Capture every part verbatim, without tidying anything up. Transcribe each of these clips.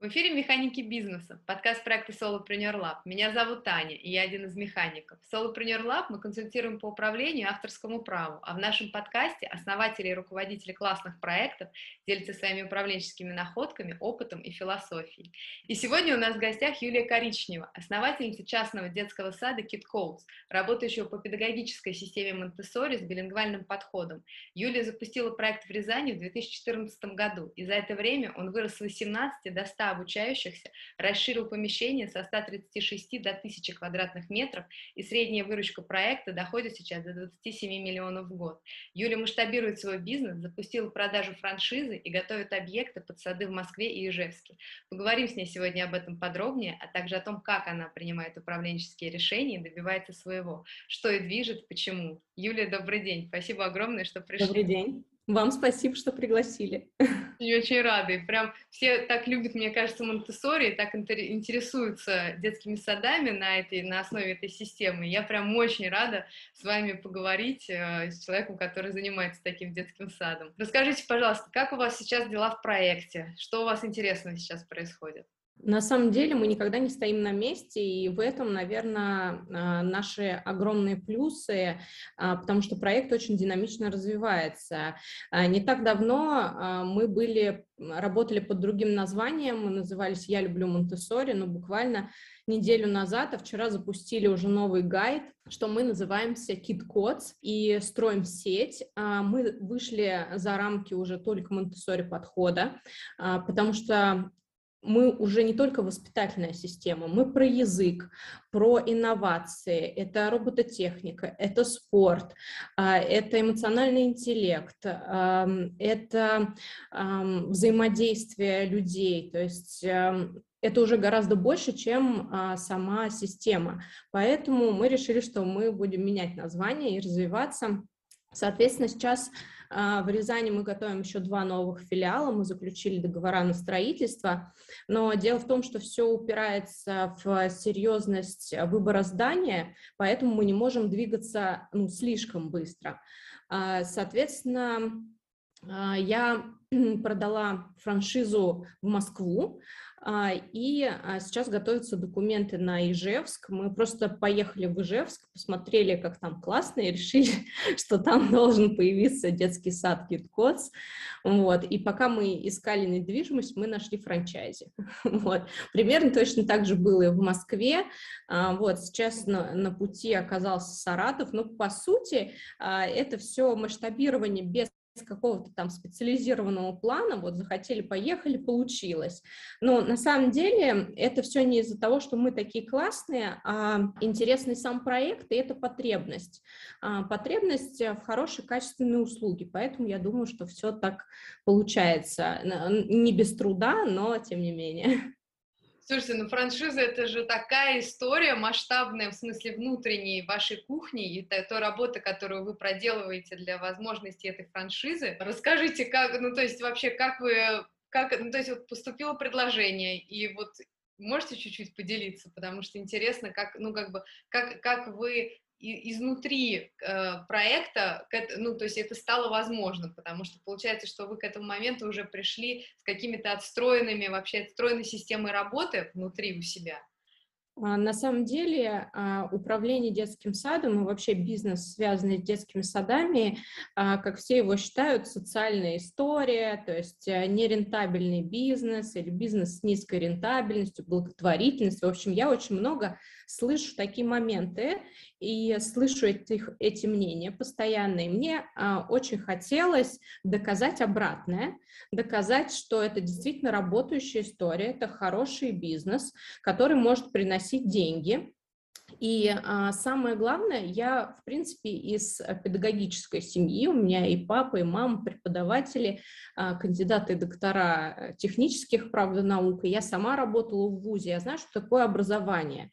В эфире «Механики бизнеса», подкаст проекта Solopreneur Lab. Меня зовут Таня, и я один из механиков. В Solopreneur Lab мы консультируем по управлению и авторскому праву, а в нашем подкасте основатели и руководители классных проектов делятся своими управленческими находками, опытом и философией. И сегодня у нас в гостях Юлия Коричнева, основательница частного детского сада Kid Codes, работающего по педагогической системе Монтессори с билингвальным подходом. Юлия запустила проект в Рязани в две тысячи четырнадцатом году, и за это время он вырос с восемнадцати до ста обучающихся, расширил помещение со ста тридцати шести до тысячи квадратных метров, и средняя выручка проекта доходит сейчас до двадцати семи миллионов в год. Юлия масштабирует свой бизнес, запустила продажу франшизы и готовит объекты под сады в Москве и Ижевске. Поговорим с ней сегодня об этом подробнее, а также о том, как она принимает управленческие решения и добивается своего, что и движет, почему. Юлия, добрый день. Спасибо огромное, что пришли. Добрый день. Вам спасибо, что пригласили. Я очень рада. И прям все так любят, мне кажется, Монтессори, так интересуются детскими садами на, этой, на основе этой системы. Я прям очень рада с вами поговорить, э, с человеком, который занимается таким детским садом. Расскажите, пожалуйста, как у вас сейчас дела в проекте? Что у вас интересного сейчас происходит? На самом деле мы никогда не стоим на месте, и в этом, наверное, наши огромные плюсы, потому что проект очень динамично развивается. Не так давно мы были, работали под другим названием, мы назывались «Я люблю Монтессори», но буквально неделю назад, а вчера запустили уже новый гайд, что мы называемся Kid Codes и строим сеть. Мы вышли за рамки уже только Монтессори подхода, потому что мы уже не только воспитательная система, мы про язык, про инновации, это робототехника, это спорт, это эмоциональный интеллект, это взаимодействие людей, то есть это уже гораздо больше, чем сама система. Поэтому мы решили, что мы будем менять название и развиваться. Соответственно, сейчас в Рязани мы готовим еще два новых филиала, мы заключили договора на строительство, но дело в том, что все упирается в серьезность выбора здания, поэтому мы не можем двигаться ну, слишком быстро. Соответственно, я продала франшизу в Москву, и сейчас готовятся документы на Ижевск. Мы просто поехали в Ижевск, посмотрели, как там классно, и решили, что там должен появиться детский сад Kid Codes. Вот. И пока мы искали недвижимость, мы нашли франчайзи. Вот. Примерно точно так же было и в Москве. Вот. Сейчас на, на пути оказался Саратов. Но, по сути, это все масштабирование без какого-то там специализированного плана, вот захотели, поехали, получилось. Но на самом деле это все не из-за того, что мы такие классные, а интересный сам проект, и это потребность. А, потребность в хорошей, качественной услуге, поэтому я думаю, что все так получается. Не без труда, но тем не менее. Слушайте, ну франшиза — это же такая история масштабная в смысле внутренней вашей кухни и той, той работы, которую вы проделываете для возможности этой франшизы. Расскажите, как, ну то есть вообще, как вы, как, ну то есть вот поступило предложение, и вот можете чуть-чуть поделиться, потому что интересно, как, ну как бы, как, как вы изнутри э, проекта, ну, то есть это стало возможным, потому что получается, что вы к этому моменту уже пришли с какими-то отстроенными, вообще отстроенной системой работы внутри у себя. На самом деле управление детским садом и вообще бизнес, связанный с детскими садами, как все его считают, социальная история, то есть нерентабельный бизнес или бизнес с низкой рентабельностью, благотворительность. В общем, я очень много слышу такие моменты и слышу этих, эти мнения постоянно. И мне очень хотелось доказать обратное, доказать, что это действительно работающая история, это хороший бизнес, который может приносить деньги. И а, самое главное, я, в принципе, из педагогической семьи, у меня и папа, и мама преподаватели, а, кандидаты и доктора технических, правда, наук, и я сама работала в вузе, я знаю, что такое образование.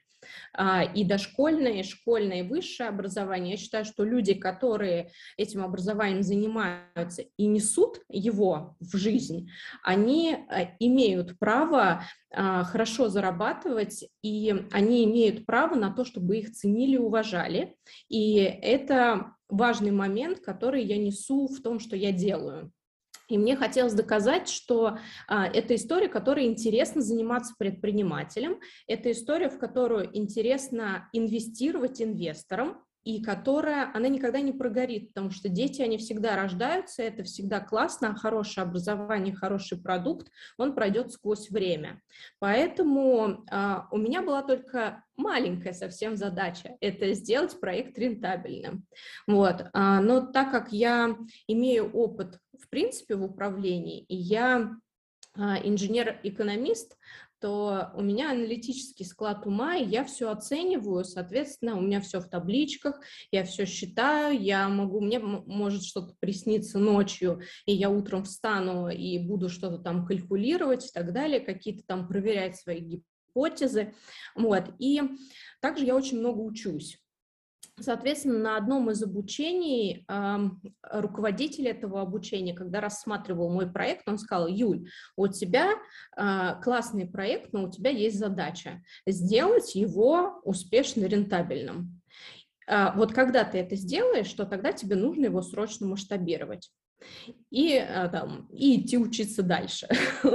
И дошкольное, и школьное, и высшее образование. Я считаю, что люди, которые этим образованием занимаются и несут его в жизнь, они имеют право хорошо зарабатывать, и они имеют право на то, чтобы их ценили и уважали. И это важный момент, который я несу в том, что я делаю. И мне хотелось доказать, что а, это история, которой интересно заниматься предпринимателем, это история, в которую интересно инвестировать инвесторам, и которая, она никогда не прогорит, потому что дети, они всегда рождаются, это всегда классно, а хорошее образование, хороший продукт, он пройдет сквозь время. Поэтому а, у меня была только маленькая совсем задача, это сделать проект рентабельным. Вот. А, но так как я имею опыт, в принципе, в управлении, и я а, инженер-экономист, то у меня аналитический склад ума, и я все оцениваю, соответственно, у меня все в табличках, я все считаю, я могу, мне может что-то присниться ночью, и я утром встану и буду что-то там калькулировать и так далее, какие-то там проверять свои гипотезы, вот, и также я очень много учусь. Соответственно, на одном из обучений э, руководитель этого обучения, когда рассматривал мой проект, он сказал: Юль, у тебя э, классный проект, но у тебя есть задача сделать его успешно рентабельным. Э, вот когда ты это сделаешь, то тогда тебе нужно его срочно масштабировать. И, э, там, и идти учиться дальше.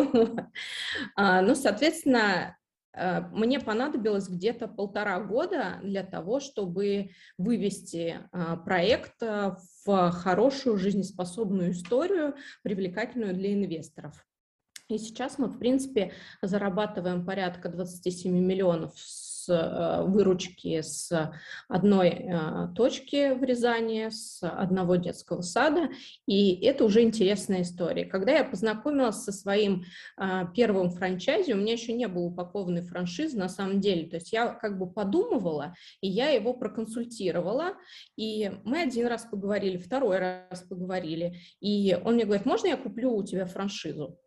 Ну, соответственно, мне понадобилось где-то полтора года для того, чтобы вывести проект в хорошую жизнеспособную историю, привлекательную для инвесторов. И сейчас мы, в принципе, зарабатываем порядка двадцать семь миллионов с выручки с одной точки в Рязани, с одного детского сада, и это уже интересная история. Когда я познакомилась со своим первым франчайзи, у меня еще не было упакованной франшизы на самом деле, то есть я как бы подумывала, и я его проконсультировала, и мы один раз поговорили, второй раз поговорили, и он мне говорит: можно я куплю у тебя франшизу?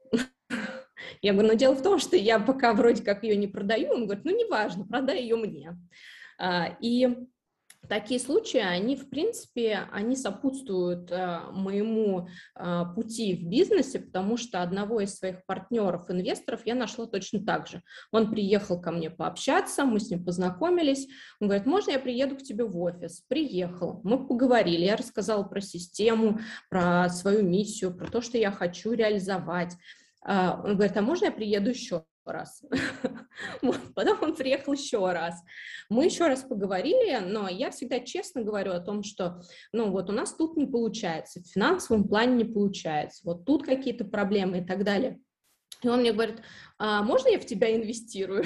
Я говорю: но дело в том, что я пока вроде как ее не продаю. Он говорит: ну, неважно, продай ее мне. И такие случаи, они, в принципе, они сопутствуют моему пути в бизнесе, потому что одного из своих партнеров, инвесторов, я нашла точно так же. Он приехал ко мне пообщаться, мы с ним познакомились. Он говорит: можно я приеду к тебе в офис? Приехал, мы поговорили, я рассказала про систему, про свою миссию, про то, что я хочу реализовать. Он говорит: а можно я приеду еще раз? Вот. Потом он приехал еще раз. Мы еще раз поговорили, но я всегда честно говорю о том, что ну вот у нас тут не получается, в финансовом плане не получается, вот тут какие-то проблемы и так далее. И он мне говорит: а можно я в тебя инвестирую?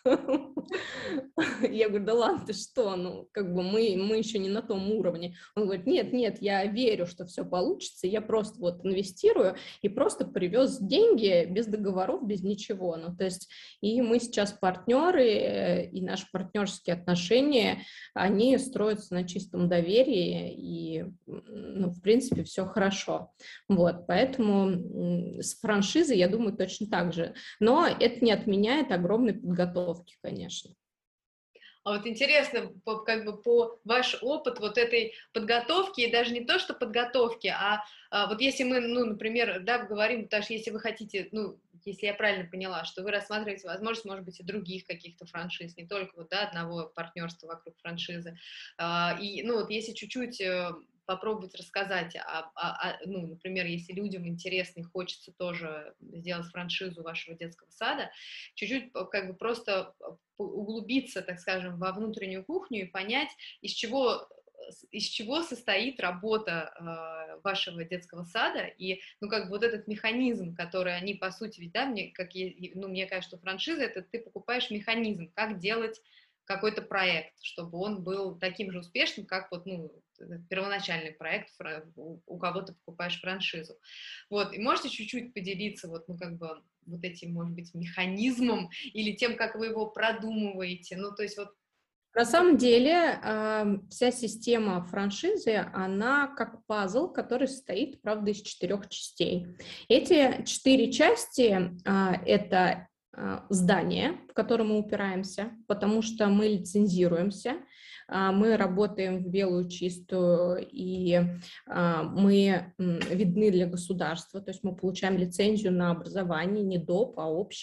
Я говорю: да ладно, ты что, ну, как бы мы, мы еще не на том уровне. Он говорит: нет, нет, я верю, что все получится, я просто вот инвестирую и просто привез деньги без договоров, без ничего. Ну, то есть, и мы сейчас партнеры, и наши партнерские отношения, они строятся на чистом доверии, и, ну, в принципе, все хорошо. Вот, поэтому с франшизой, я думаю, точно так же. Но это не отменяет огромной подготовки, конечно. А вот интересно, по, как бы по ваш опыт вот этой подготовки, и даже не то, что подготовки, а, а вот если мы, ну, например, да, говорим, даже если вы хотите, ну, если я правильно поняла, что вы рассматриваете возможность, может быть, и других каких-то франшиз, не только вот, да, одного партнерства вокруг франшизы, а, и, ну, вот если чуть-чуть попробовать рассказать, а, а, а, ну, например, если людям интересно и хочется тоже сделать франшизу вашего детского сада, чуть-чуть как бы просто углубиться, так скажем, во внутреннюю кухню и понять, из чего, из чего состоит работа э, вашего детского сада, и, ну, как бы вот этот механизм, который они, по сути, ведь, да, мне, как я, ну, мне кажется, что франшиза — это ты покупаешь механизм, как делать какой-то проект, чтобы он был таким же успешным, как вот, ну, первоначальный проект, у кого ты покупаешь франшизу. Вот, и можете чуть-чуть поделиться вот, ну, как бы вот этим, может быть, механизмом или тем, как вы его продумываете, ну, то есть вот. На самом деле вся система франшизы, она как пазл, который состоит, правда, из четырех частей. Эти четыре части — это здание, в которое мы упираемся, потому что мы лицензируемся, мы работаем в белую чистую, и мы видны для государства, то есть мы получаем лицензию на образование, не доп., а общее.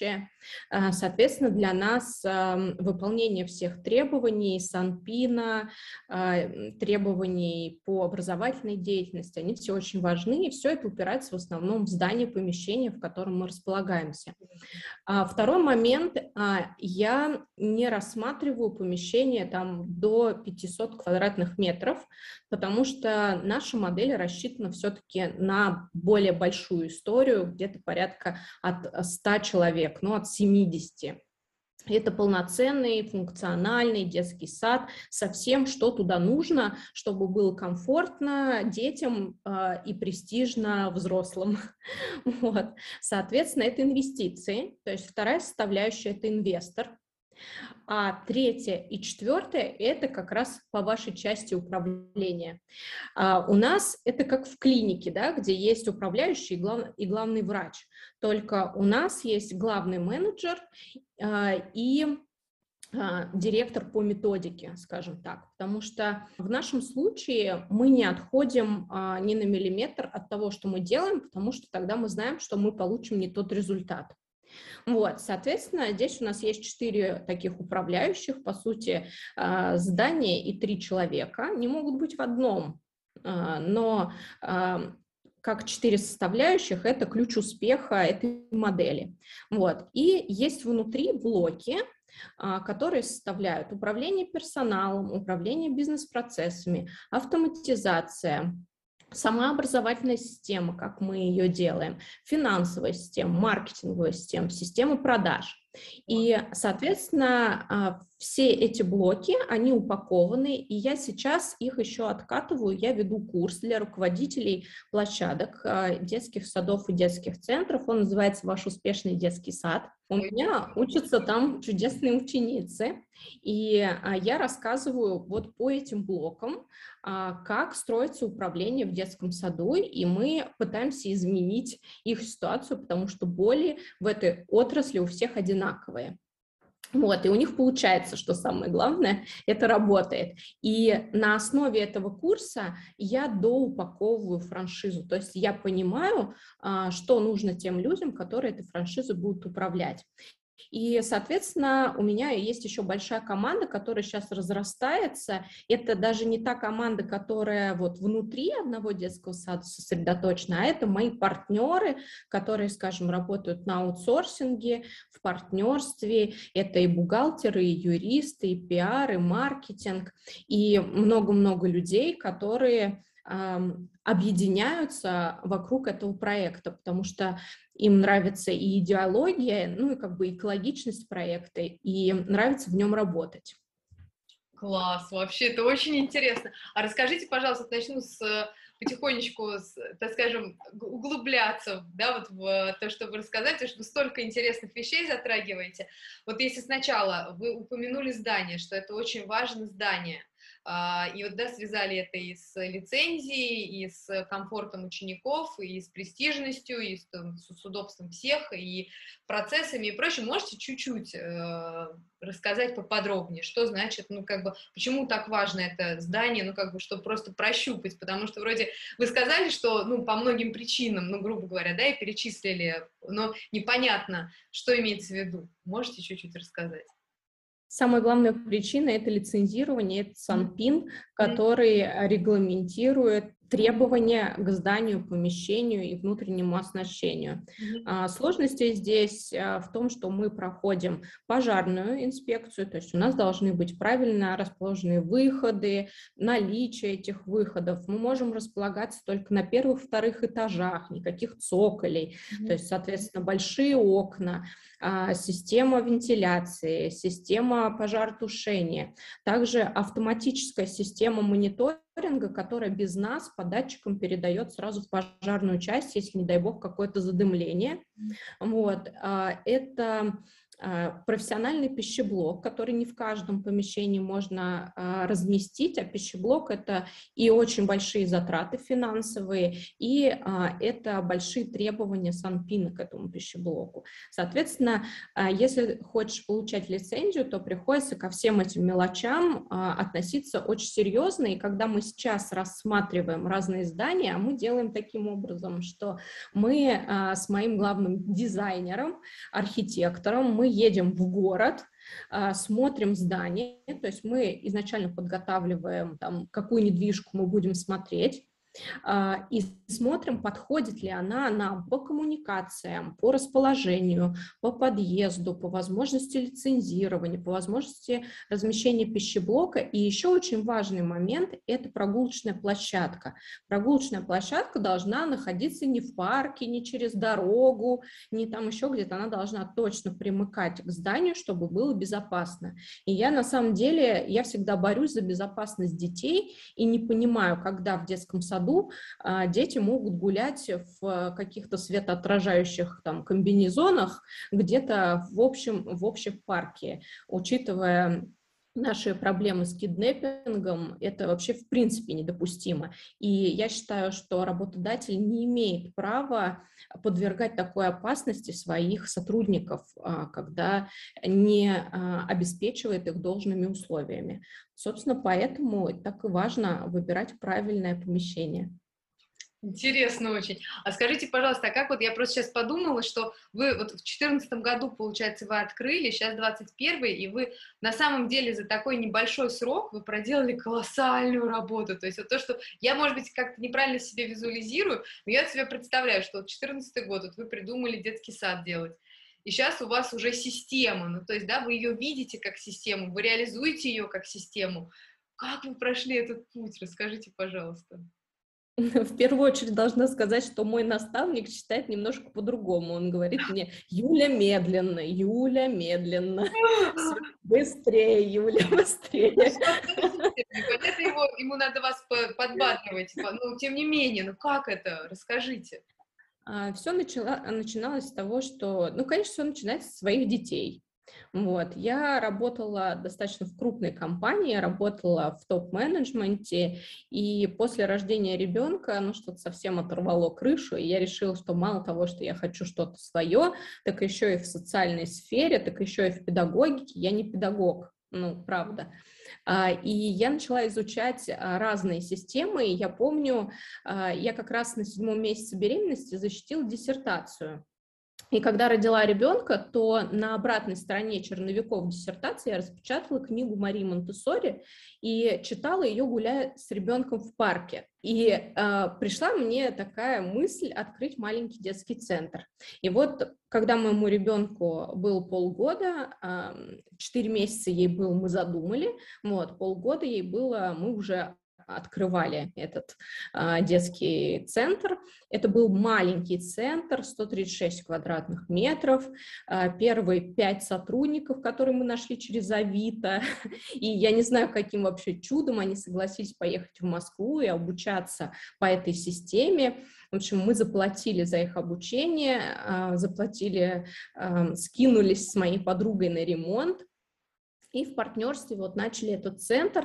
Соответственно, для нас выполнение всех требований Санпина, требований по образовательной деятельности, они все очень важны, и все это упирается в основном в здание, помещение, в котором мы располагаемся. Второй момент, я не рассматриваю помещение там до пятисот квадратных метров, потому что наша модель рассчитана все-таки на более большую историю, где-то порядка от ста человек, ну, от семидесяти. Это полноценный, функциональный детский сад со всем, что туда нужно, чтобы было комфортно детям э, и престижно взрослым. Вот. Соответственно, это инвестиции, то есть вторая составляющая – это инвестор. А третье и четвертое – это как раз по вашей части управления. А у нас это как в клинике, да, где есть управляющий и, глав, и главный врач. Только у нас есть главный менеджер а, и а, директор по методике, скажем так. Потому что в нашем случае мы не отходим а, ни на миллиметр от того, что мы делаем, потому что тогда мы знаем, что мы получим не тот результат. Вот, соответственно, здесь у нас есть четыре таких управляющих, по сути, здание и три человека. Не могут быть в одном, но как четыре составляющих – это ключ успеха этой модели. Вот, и есть внутри блоки, которые составляют управление персоналом, управление бизнес-процессами, автоматизация, сама образовательная система, как мы ее делаем, финансовая система, маркетинговая система, система продаж. И, соответственно, все эти блоки, они упакованы, и я сейчас их еще откатываю, я веду курс для руководителей площадок, детских садов и детских центров, он называется «Ваш успешный детский сад». У меня учатся там чудесные ученицы, и я рассказываю вот по этим блокам, как строится управление в детском саду, и мы пытаемся изменить их ситуацию, потому что боли в этой отрасли у всех одинаковые. Вот, и у них получается, что самое главное, это работает. И на основе этого курса я доупаковываю франшизу, то есть я понимаю, что нужно тем людям, которые этой франшизой будут управлять. И, соответственно, у меня есть еще большая команда, которая сейчас разрастается. Это даже не та команда, которая вот внутри одного детского сада сосредоточена, а это мои партнеры, которые, скажем, работают на аутсорсинге, в партнерстве. Это и бухгалтеры, и юристы, и пиар, и маркетинг, и много-много людей, которые объединяются вокруг этого проекта, потому что им нравится и идеология, ну и как бы экологичность проекта, и нравится в нем работать. Класс, вообще, это очень интересно. А расскажите, пожалуйста, начну с потихонечку, с, так скажем, углубляться, да, вот в то, что вы рассказали, потому что вы столько интересных вещей затрагиваете. Вот если сначала вы упомянули здание, что это очень важное здание, и вот, да, связали это и с лицензией, и с комфортом учеников, и с престижностью, и с, с удобством всех, и процессами и прочим. Можете чуть-чуть э, рассказать поподробнее, что значит, ну, как бы, почему так важно это здание, ну, как бы, чтобы просто прощупать, потому что вроде вы сказали, что, ну, по многим причинам, ну, грубо говоря, да, и перечислили, но непонятно, что имеется в виду. Можете чуть-чуть рассказать? Самая главная причина – это лицензирование, это Санпин, который регламентирует требования к зданию, помещению и внутреннему оснащению. Mm-hmm. Сложности здесь в том, что мы проходим пожарную инспекцию, то есть у нас должны быть правильно расположенные выходы, наличие этих выходов. Мы можем располагаться только на первых, вторых этажах, никаких цоколей, mm-hmm. то есть, соответственно, большие окна, система вентиляции, система пожаротушения, также автоматическая система мониторинга, которая без нас по датчикам передает сразу в пожарную часть, если, не дай бог, какое-то задымление. Вот. Это профессиональный пищеблок, который не в каждом помещении можно разместить, а пищеблок — это и очень большие затраты финансовые, и это большие требования Санпина к этому пищеблоку. Соответственно, если хочешь получать лицензию, то приходится ко всем этим мелочам относиться очень серьезно, и когда мы сейчас рассматриваем разные здания, мы делаем таким образом, что мы с моим главным дизайнером, архитектором, мы едем в город, смотрим здание, то есть мы изначально подготавливаем, там, какую недвижку мы будем смотреть, и смотрим, подходит ли она нам по коммуникациям, по расположению, по подъезду, по возможности лицензирования, по возможности размещения пищеблока. И еще очень важный момент – это прогулочная площадка. Прогулочная площадка должна находиться не в парке, не через дорогу, не там еще где-то, она должна точно примыкать к зданию, чтобы было безопасно. И я на самом деле, я всегда борюсь за безопасность детей и не понимаю, когда в детском саду дети могут гулять в каких-то светоотражающих там комбинезонах где-то в общем, в общем парке, учитывая наши проблемы с киднеппингом, это вообще в принципе недопустимо. И я считаю, что работодатель не имеет права подвергать такой опасности своих сотрудников, когда не обеспечивает их должными условиями. Собственно, поэтому так и важно выбирать правильное помещение. Интересно очень. А скажите, пожалуйста, а как вот, я просто сейчас подумала, что вы вот в четырнадцатом году, получается, вы открыли, сейчас двадцать первый, и вы на самом деле за такой небольшой срок вы проделали колоссальную работу. То есть вот то, что я, может быть, как-то неправильно себе визуализирую, но я себе представляю, что вот четырнадцатый год, вот вы придумали детский сад делать, и сейчас у вас уже система, ну то есть, да, вы ее видите как систему, вы реализуете ее как систему. Как вы прошли этот путь? Расскажите, пожалуйста. В первую очередь должна сказать, что мой наставник считает немножко по-другому. Он говорит мне: Юля, медленно, Юля, медленно, всё быстрее, Юля, быстрее. Понятно, его, ему надо вас подбадривать, но тем не менее, ну как это? Расскажите. Все начала, начиналось с того, что, ну, конечно, все начинается с своих детей. Вот. Я работала достаточно в крупной компании, я работала в топ-менеджменте, и после рождения ребенка, ну, что-то совсем оторвало крышу, и я решила, что мало того, что я хочу что-то свое, так еще и в социальной сфере, так еще и в педагогике. Я не педагог, ну, правда. И я начала изучать разные системы, и я помню, я как раз на седьмом месяце беременности защитила диссертацию. И когда родила ребенка, то на обратной стороне черновиков диссертации я распечатала книгу Марии Монтессори и читала ее, гуляя с ребенком в парке. И э, пришла мне такая мысль открыть маленький детский центр. И вот, когда моему ребенку был полгода, четыре э, месяца ей было, мы задумали, вот, полгода ей было, мы уже открывали этот а, детский центр. Это был маленький центр, сто тридцать шесть квадратных метров, а, первые пять сотрудников, которые мы нашли через Авито, и я не знаю, каким вообще чудом они согласились поехать в Москву и обучаться по этой системе. В общем, мы заплатили за их обучение, а, заплатили, а, скинулись с моей подругой на ремонт, и в партнерстве вот начали этот центр.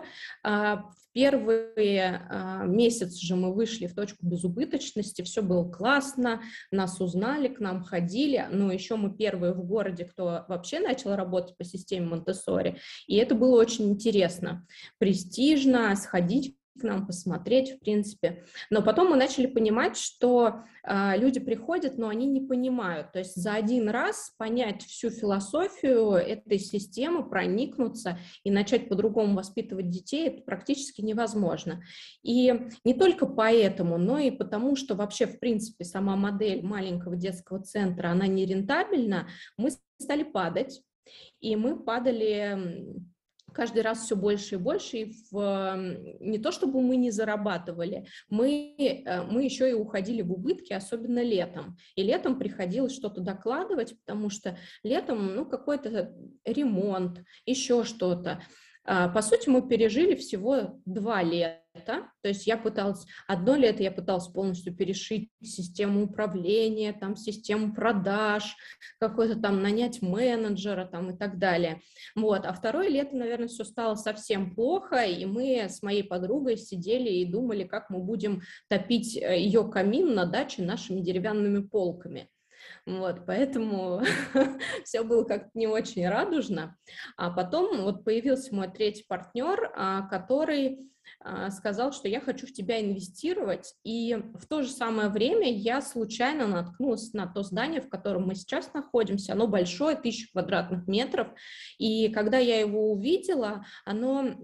В первые месяц же мы вышли в точку безубыточности, все было классно, нас узнали, к нам ходили, но еще мы первые в городе, кто вообще начал работать по системе Монтессори, и это было очень интересно, престижно сходить к нам посмотреть, в принципе. Но потом мы начали понимать, что э, люди приходят, но они не понимают. То есть за один раз понять всю философию этой системы, проникнуться и начать по-другому воспитывать детей, это практически невозможно. И не только поэтому, но и потому, что вообще, в принципе, сама модель маленького детского центра, она не рентабельна, мы стали падать. И мы падали каждый раз все больше и больше, и в, не то чтобы мы не зарабатывали, мы, мы еще и уходили в убытки, особенно летом. И летом приходилось что-то докладывать, потому что летом, ну, какой-то ремонт, еще что-то. По сути, мы пережили всего два лета то есть я пыталась, одно лето я пыталась полностью перешить систему управления, там, систему продаж, какой-то там нанять менеджера там и так далее. Вот. А второе лето, наверное, все стало совсем плохо, и мы с моей подругой сидели и думали, как мы будем топить ее камин на даче нашими деревянными полками. Вот, поэтому все было как-то не очень радужно. А потом вот появился мой третий партнер, который сказал, что я хочу в тебя инвестировать, и в то же самое время я случайно наткнулась на то здание, в котором мы сейчас находимся. Оно большое, тысяча квадратных метров, и когда я его увидела, оно...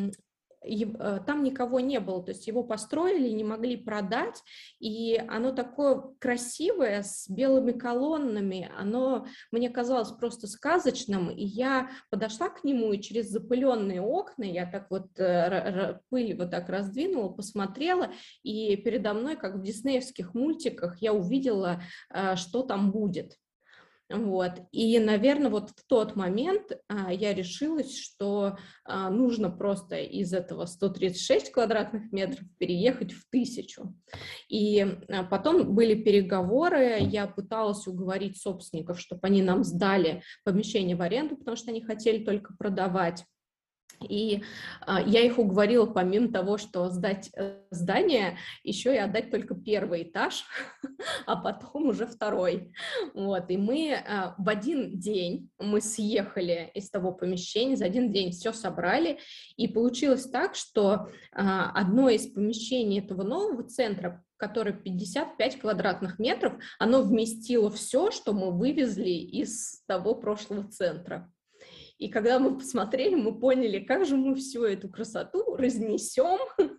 там никого не было, то есть его построили, не могли продать, и оно такое красивое, с белыми колоннами, оно мне казалось просто сказочным, и я подошла к нему, и через запыленные окна я так вот пыль вот так раздвинула, посмотрела, и передо мной, как в диснеевских мультиках, я увидела, что там будет. Вот. И, наверное, вот в тот момент а, я решилась, что а, нужно просто из этого сто тридцать шесть квадратных метров переехать в тысячу. И а, потом были переговоры, я пыталась уговорить собственников, чтобы они нам сдали помещение в аренду, потому что они хотели только продавать. И а, я их уговорила, помимо того, что сдать э, здание, еще и отдать только первый этаж, а потом уже второй. Вот. И мы а, в один день мы съехали из того помещения, за один день все собрали, и получилось так, что а, одно из помещений этого нового центра, которое пятьдесят пять квадратных метров, оно вместило все, что мы вывезли из того прошлого центра. И когда мы посмотрели, мы поняли, как же мы всю эту красоту разнесем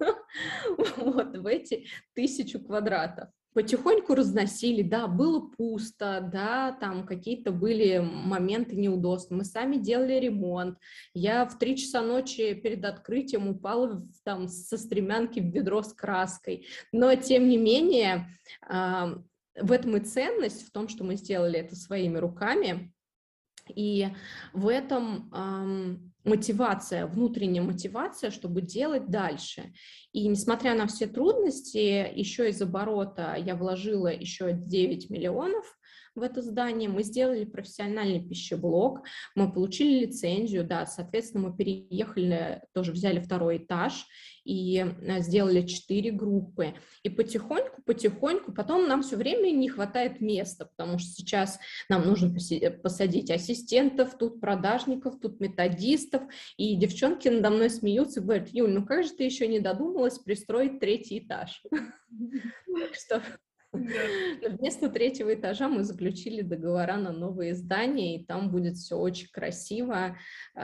вот в эти тысячу квадратов. Потихоньку разносили, да, было пусто, да, там какие-то были моменты неудобств. Мы сами делали ремонт. Я в три часа ночи перед открытием упала там со стремянки в ведро с краской. Но, тем не менее, в этом и ценность, в том, что мы сделали это своими руками. И в этом эм, мотивация, внутренняя мотивация, чтобы делать дальше. И несмотря на все трудности, еще из оборота я вложила еще девять миллионов в это здание, мы сделали профессиональный пищеблок, мы получили лицензию, да, соответственно, мы переехали, тоже взяли второй этаж и сделали четыре группы. И потихоньку, потихоньку, потом нам все время не хватает места, потому что сейчас нам нужно посадить ассистентов, тут продажников, тут методистов, и девчонки надо мной смеются и говорят: Юль, ну как же ты еще не додумалась пристроить третий этаж? Так что... Вместо третьего этажа мы заключили договора на новые здания, и там будет все очень красиво,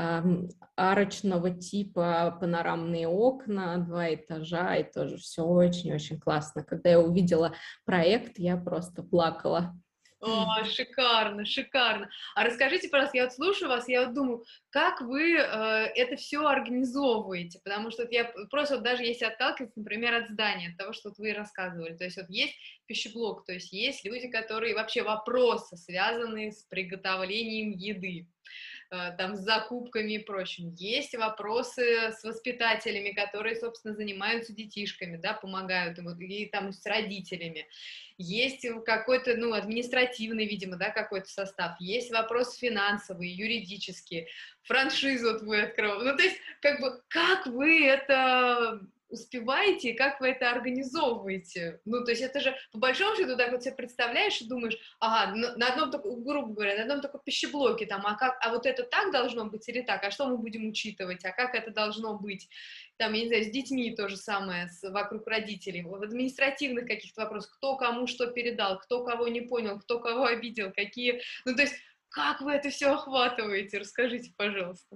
арочного типа, панорамные окна, два этажа, и тоже все очень-очень классно. Когда я увидела проект, я просто плакала. О, шикарно, шикарно. А расскажите, пожалуйста, я вот слушаю вас, я вот думаю, как вы э, это все организовываете, потому что вот я просто вот даже если отталкиваться, например, от здания, от того, что вот вы рассказывали, то есть вот есть пищеблок, то есть есть люди, которые вообще вопросы, связанные с приготовлением еды, там, с закупками и прочим. Есть вопросы с воспитателями, которые, собственно, занимаются детишками, да, помогают им, и там с родителями. Есть какой-то, ну, административный, видимо, да, какой-то состав. Есть вопросы финансовые, юридические, франшизу вот вы открываете. Ну, то есть, как бы, как вы это... успеваете, и как вы это организовываете? Ну, то есть это же, по большому счету, так вот себе представляешь и думаешь, ага, на, на одном, только, грубо говоря, на одном только пищеблоке, там, а, как, а вот это так должно быть или так, а что мы будем учитывать, а как это должно быть, там, я не знаю, с детьми то же самое, с, вокруг родителей, в административных каких-то вопросах, кто кому что передал, кто кого не понял, кто кого обидел, какие, ну, то есть, как вы это все охватываете, расскажите, пожалуйста.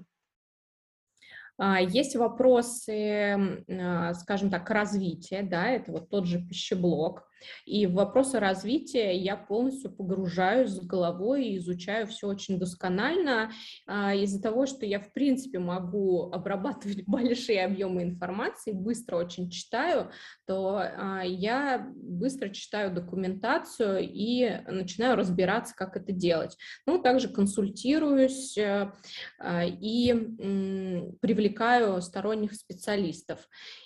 Есть вопросы, скажем так, развития, да, это вот тот же пищеблок. И в вопросы развития я полностью погружаюсь с головой и изучаю все очень досконально. Из-за того, что я, в принципе, могу обрабатывать большие объемы информации, быстро очень читаю, то я быстро читаю документацию и начинаю разбираться, как это делать. Ну, также консультируюсь и привлекаю сторонних специалистов.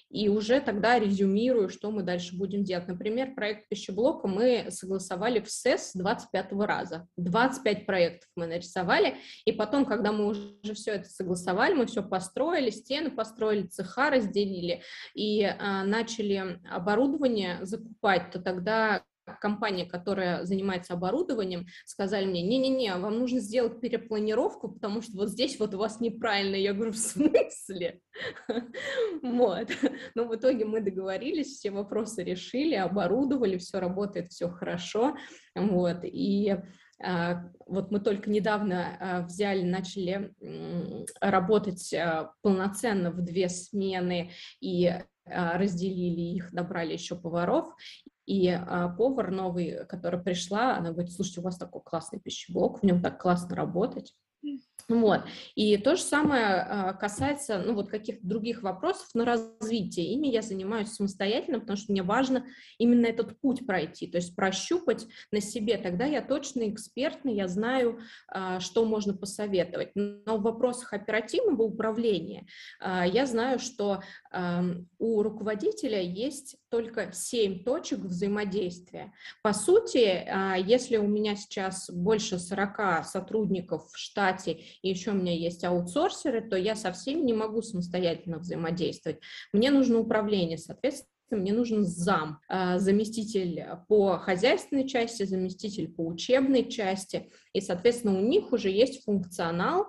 и уже тогда резюмирую, что мы дальше будем делать. Например, проект пищеблока мы согласовали в СЭС с двадцать пятого раза. двадцать пять проектов мы нарисовали, и потом, когда мы уже все это согласовали, мы все построили, стены построили, цеха разделили и а, начали оборудование закупать, то тогда компания, которая занимается оборудованием, сказали мне: не-не-не, вам нужно сделать перепланировку, потому что вот здесь вот у вас неправильно. Я говорю: в смысле? Вот. Но в итоге мы договорились, все вопросы решили, оборудовали, все работает, все хорошо. Вот. И вот мы только недавно взяли, начали работать полноценно в две смены и разделили их, добрали еще поваров. И а, повар новый, которая пришла, она говорит: слушайте, у вас такой классный пищеблок, в нем так классно работать. Вот. И то же самое а, касается, ну, вот каких-то других вопросов на развитие. Ими я занимаюсь самостоятельно, потому что мне важно именно этот путь пройти, то есть прощупать на себе. Тогда я точно экспертный, я знаю, а, что можно посоветовать. Но в вопросах оперативного управления а, я знаю, что а, у руководителя есть только семь точек взаимодействия. По сути, а, если у меня сейчас больше сорока сотрудников в штате, и еще у меня есть аутсорсеры, то я со всеми не могу самостоятельно взаимодействовать. Мне нужно управление, соответственно, мне нужен зам, заместитель по хозяйственной части, заместитель по учебной части, и, соответственно, у них уже есть функционал.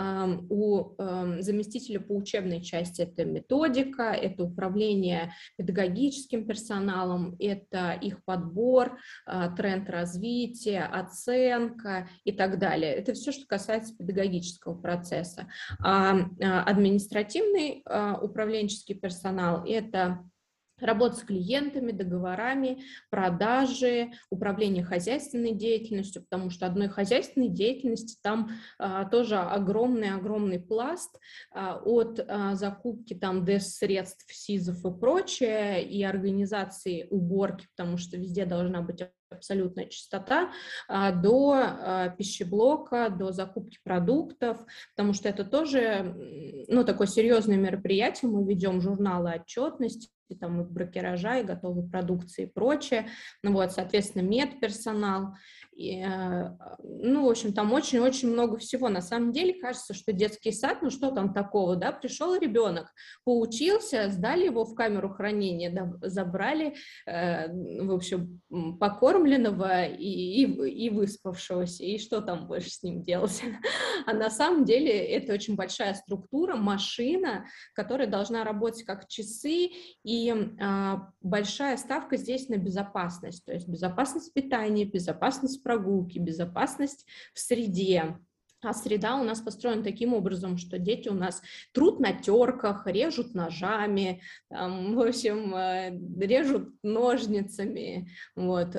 У заместителя по учебной части это методика, это управление педагогическим персоналом, это их подбор, тренд развития, оценка и так далее. Это все, что касается педагогического процесса. А административный управленческий персонал – это работа с клиентами, договорами, продажи, управление хозяйственной деятельностью, потому что одной хозяйственной деятельности там а, тоже огромный-огромный пласт а, от а, закупки там ДЭС-средств, СИЗов и прочее, и организации уборки, потому что везде должна быть абсолютная чистота, а, до а, пищеблока, до закупки продуктов, потому что это тоже, ну, такое серьезное мероприятие. Мы ведем журналы отчетности, там и брокеража, и готовой продукции и прочее. Ну вот, соответственно, медперсонал. И, ну, в общем, там очень-очень много всего. На самом деле, кажется, что детский сад, ну, что там такого, да, пришел ребенок, поучился, сдали его в камеру хранения, да, забрали, э, в общем, покормленного и, и, и выспавшегося, и что там больше с ним делать? А на самом деле это очень большая структура, машина, которая должна работать как часы, и а, большая ставка здесь на безопасность, то есть безопасность питания, безопасность прогулки, безопасность в среде. А среда у нас построена таким образом, что дети у нас трут на терках, режут ножами, там, в общем, режут ножницами, вот,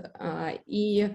и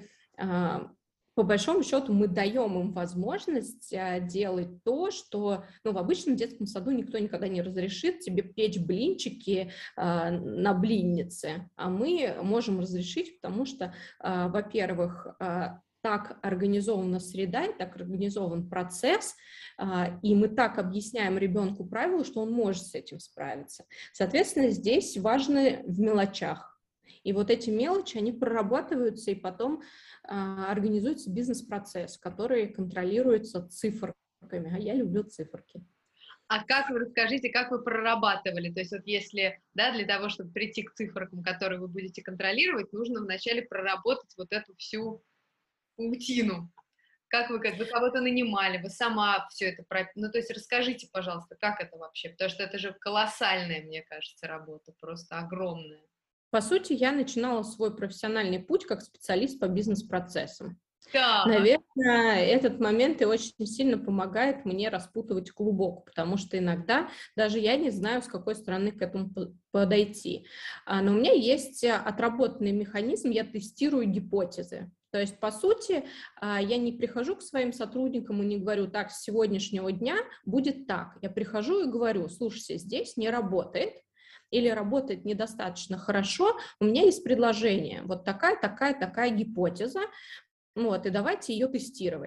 по большому счету мы даем им возможность делать то, что, ну, в обычном детском саду никто никогда не разрешит тебе печь блинчики а, на блиннице, а мы можем разрешить, потому что, а, во-первых, а, так организована среда, и так организован процесс, а, и мы так объясняем ребенку правила, что он может с этим справиться. Соответственно, здесь важно в мелочах. И вот эти мелочи, они прорабатываются, и потом а, организуется бизнес-процесс, который контролируется циферками. А я люблю циферки. А как вы, расскажите, как вы прорабатывали? То есть вот если, да, для того, чтобы прийти к циферкам, которые вы будете контролировать, нужно вначале проработать вот эту всю паутину. Как вы, как вы кого-то нанимали, вы сама все это, про... ну, то есть расскажите, пожалуйста, как это вообще, потому что это же колоссальная, мне кажется, работа, просто огромная. По сути, я начинала свой профессиональный путь как специалист по бизнес-процессам. Да. Наверное, этот момент и очень сильно помогает мне распутывать клубок, потому что иногда даже я не знаю, с какой стороны к этому подойти. Но у меня есть отработанный механизм, я тестирую гипотезы. То есть, по сути, я не прихожу к своим сотрудникам и не говорю: так, с сегодняшнего дня будет так. Я прихожу и говорю: слушайте, здесь не работает, или работает недостаточно хорошо, у меня есть предложение, вот такая, такая, такая гипотеза, вот, и давайте ее тестировать.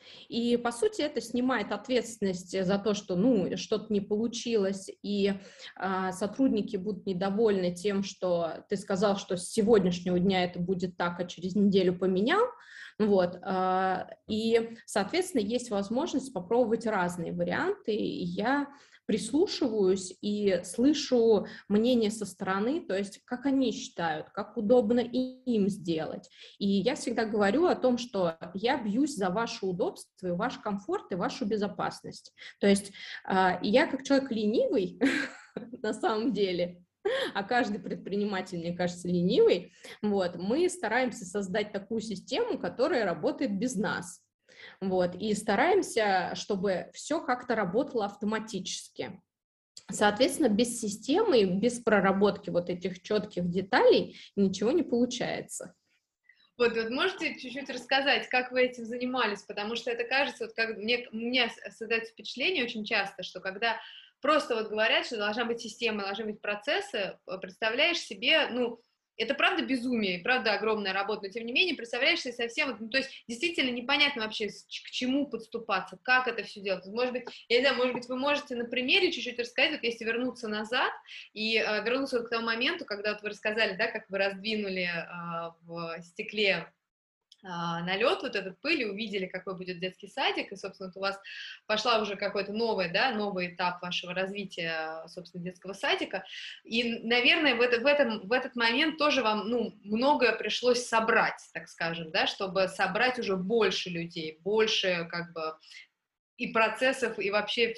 И, по сути, это снимает ответственность за то, что, ну, что-то не получилось, и а, сотрудники будут недовольны тем, что ты сказал, что с сегодняшнего дня это будет так, а через неделю поменял. Вот, а, и, соответственно, есть возможность попробовать разные варианты. И я прислушиваюсь и слышу мнение со стороны, то есть как они считают, как удобно им сделать. И я всегда говорю о том, что я бьюсь за ваше удобство, и ваш комфорт и вашу безопасность. То есть э, я как человек ленивый, на самом деле, а каждый предприниматель, мне кажется, ленивый, вот, мы стараемся создать такую систему, которая работает без нас. Вот, и стараемся, чтобы все как-то работало автоматически. Соответственно, без системы, без проработки вот этих четких деталей ничего не получается. Вот, вот можете чуть-чуть рассказать, как вы этим занимались, потому что это кажется, вот как мне, у меня создается впечатление очень часто, что когда просто вот говорят, что должна быть система, должны быть процессы, представляешь себе, ну, это правда безумие, правда огромная работа, но тем не менее представляешь себе совсем, ну, то есть действительно непонятно вообще, к чему подступаться, как это все делать. Может быть, я не знаю, может быть, вы можете на примере чуть-чуть рассказать, вот если вернуться назад и э, вернуться вот к тому моменту, когда вот вы рассказали, да, как вы раздвинули э, в стекле налет, вот этот пыль, и увидели, какой будет детский садик, и, собственно, вот у вас пошла уже какой-то новый, да, новый этап вашего развития, собственно, детского садика, и, наверное, в, это, в, этом, в этот момент тоже вам, ну, многое пришлось собрать, так скажем, да, чтобы собрать уже больше людей, больше, как бы, и процессов, и вообще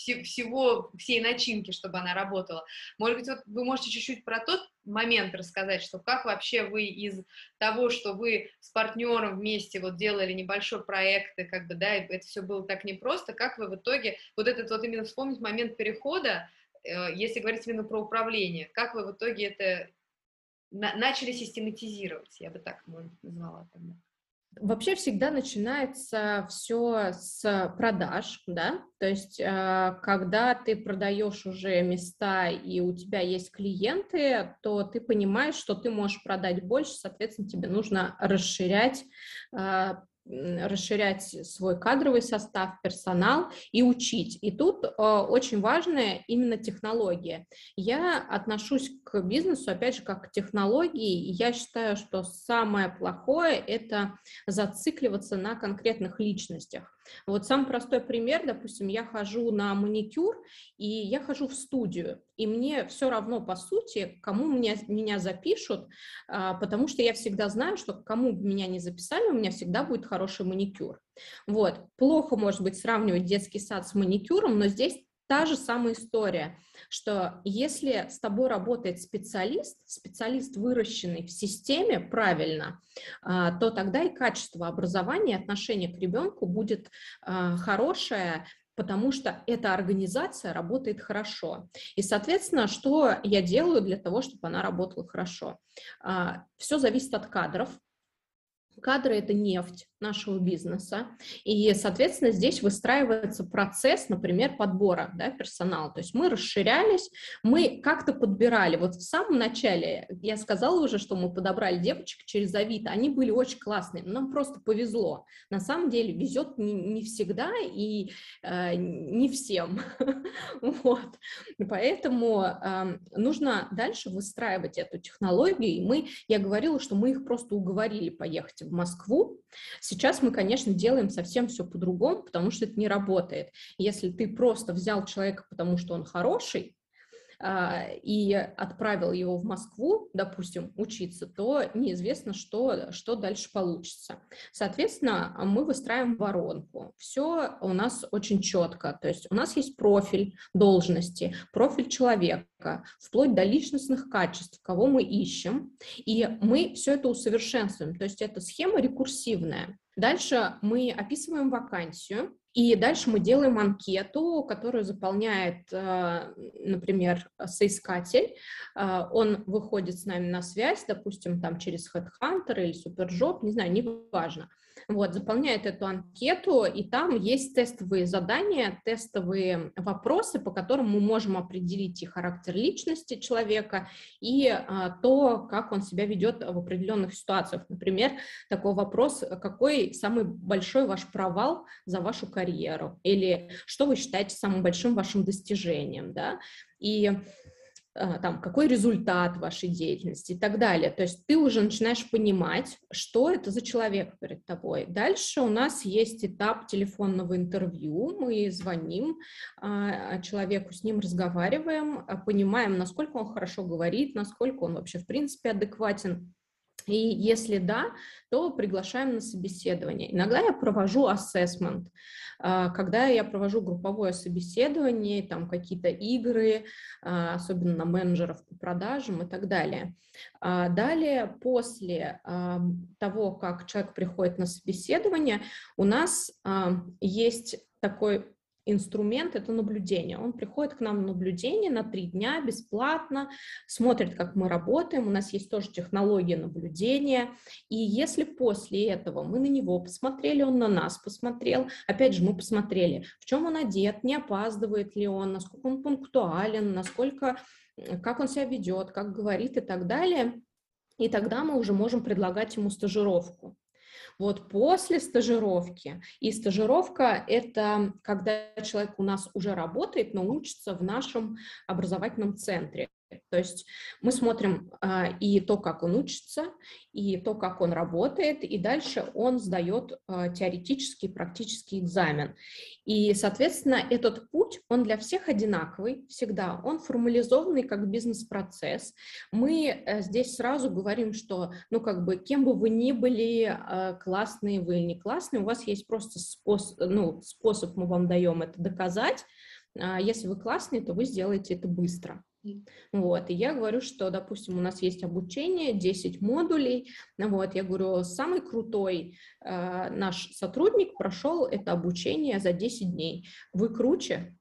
всего, всей начинки, чтобы она работала. Может быть, вот вы можете чуть-чуть про тот момент рассказать, что как вообще вы из того, что вы с партнером вместе вот делали небольшой проект, и как бы, да, это все было так непросто, как вы в итоге, вот этот вот именно вспомнить момент перехода, э, если говорить именно про управление, как вы в итоге это на- начали систематизировать, я бы так, может, назвала тогда. Вообще всегда начинается все с продаж, да, то есть э, когда ты продаешь уже места и у тебя есть клиенты, то ты понимаешь, что ты можешь продать больше, соответственно, тебе нужно расширять э, расширять свой кадровый состав, персонал и учить. И тут э, очень важная именно технология. Я отношусь к бизнесу, опять же, как к технологии, и я считаю, что самое плохое – это зацикливаться на конкретных личностях. Вот самый простой пример, допустим, я хожу на маникюр, и я хожу в студию, и мне все равно, по сути, кому меня, меня запишут, потому что я всегда знаю, что кому бы меня не записали, у меня всегда будет хороший маникюр. Вот. Плохо, может быть, сравнивать детский сад с маникюром, но здесь та же самая история, что если с тобой работает специалист, специалист, выращенный в системе правильно, то тогда и качество образования, отношение к ребенку будет хорошее, потому что эта организация работает хорошо. И, соответственно, что я делаю для того, чтобы она работала хорошо? Все зависит от кадров. Кадры – это нефть нашего бизнеса, и, соответственно, здесь выстраивается процесс, например, подбора, да, персонала. То есть мы расширялись, мы как-то подбирали. Вот в самом начале я сказала уже, что мы подобрали девочек через Авито, они были очень классные, нам просто повезло. На самом деле везет не, не всегда и э, не всем. Вот. Поэтому э, нужно дальше выстраивать эту технологию, и мы, я говорила, что мы их просто уговорили поехать в Москву. Сейчас мы, конечно, делаем совсем все по-другому, потому что это не работает. Если ты просто взял человека, потому что он хороший, и отправил его в Москву, допустим, учиться, то неизвестно, что, что дальше получится. Соответственно, мы выстраиваем воронку. Все у нас очень четко. То есть у нас есть профиль должности, профиль человека, вплоть до личностных качеств, кого мы ищем, и мы все это усовершенствуем. То есть эта схема рекурсивная. Дальше мы описываем вакансию, И дальше мы делаем анкету, которую заполняет, например, соискатель. Он выходит с нами на связь, допустим, там через HeadHunter или Superjob, не знаю, неважно. Вот, заполняет эту анкету, и там есть тестовые задания, тестовые вопросы, по которым мы можем определить и характер личности человека, и а, то, как он себя ведет в определенных ситуациях. Например, такой вопрос: какой самый большой ваш провал за вашу карьеру? Или что вы считаете самым большим вашим достижением, да? И там, какой результат вашей деятельности и так далее. То есть ты уже начинаешь понимать, что это за человек перед тобой. Дальше у нас есть этап телефонного интервью. Мы звоним а, человеку, с ним разговариваем, понимаем, насколько он хорошо говорит, насколько он вообще в принципе адекватен. И если да, то приглашаем на собеседование. Иногда я провожу ассессмент. Когда я провожу групповое собеседование, там какие-то игры, особенно на менеджеров по продажам и так далее. Далее, после того, как человек приходит на собеседование, у нас есть такой инструмент — это наблюдение. Он приходит к нам на наблюдение на три дня бесплатно, смотрит, как мы работаем. У нас есть тоже технология наблюдения. И если после этого мы на него посмотрели, он на нас посмотрел, опять же, мы посмотрели, в чем он одет, не опаздывает ли он, насколько он пунктуален, насколько, как он себя ведет, как говорит и так далее. И тогда мы уже можем предлагать ему стажировку. Вот после стажировки, и стажировка — это когда человек у нас уже работает, но учится в нашем образовательном центре. То есть мы смотрим а, и то, как он учится, и то, как он работает, и дальше он сдает а, теоретический, практический экзамен. И, соответственно, этот путь, он для всех одинаковый всегда, он формализованный как бизнес-процесс. Мы а, здесь сразу говорим, что, ну, как бы, кем бы вы ни были, а, классные вы или не классные, у вас есть просто способ, ну, способ, мы вам даем это доказать. А, если вы классные, то вы сделаете это быстро. Вот, и я говорю, что, допустим, у нас есть обучение, десять модулей, вот, я говорю, самый крутой э, наш сотрудник прошел это обучение за десять дней, вы круче?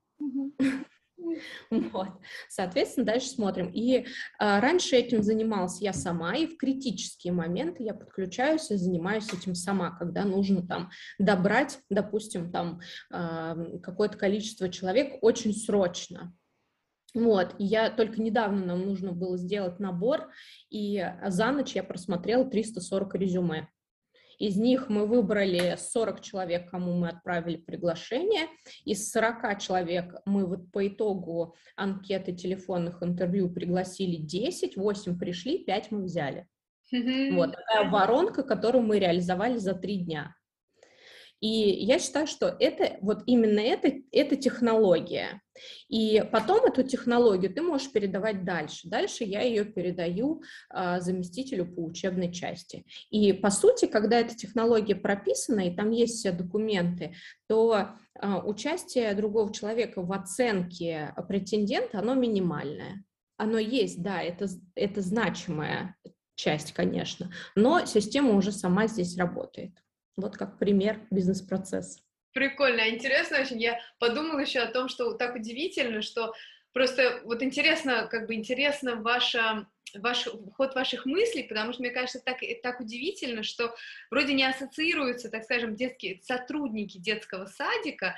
Вот. Соответственно, дальше смотрим. И э, раньше этим занималась я сама, и в критические моменты я подключаюсь и занимаюсь этим сама, когда нужно там добрать, допустим, там э, какое-то количество человек очень срочно. Вот, и я только недавно, нам нужно было сделать набор, и за ночь я просмотрела триста сорок резюме. Из них мы выбрали сорок человек, кому мы отправили приглашение. Из сорока человек мы вот по итогу анкеты, телефонных интервью пригласили десять, восемь пришли, пять мы взяли. Вот такая воронка, которую мы реализовали за три дня. И я считаю, что это вот именно это, это технология. И потом эту технологию ты можешь передавать дальше. Дальше я ее передаю а, заместителю по учебной части. И по сути, когда эта технология прописана, и там есть все документы, то а, участие другого человека в оценке претендента, оно минимальное. Оно есть, да, это, это значимая часть, конечно, но система уже сама здесь работает. Вот как пример бизнес-процесса. Прикольно, интересно очень. Я подумала еще о том, что так удивительно, что просто вот интересно, как бы интересно ваша, ваш ход ваших мыслей, потому что, мне кажется, так, так удивительно, что вроде не ассоциируются, так скажем, детские сотрудники детского садика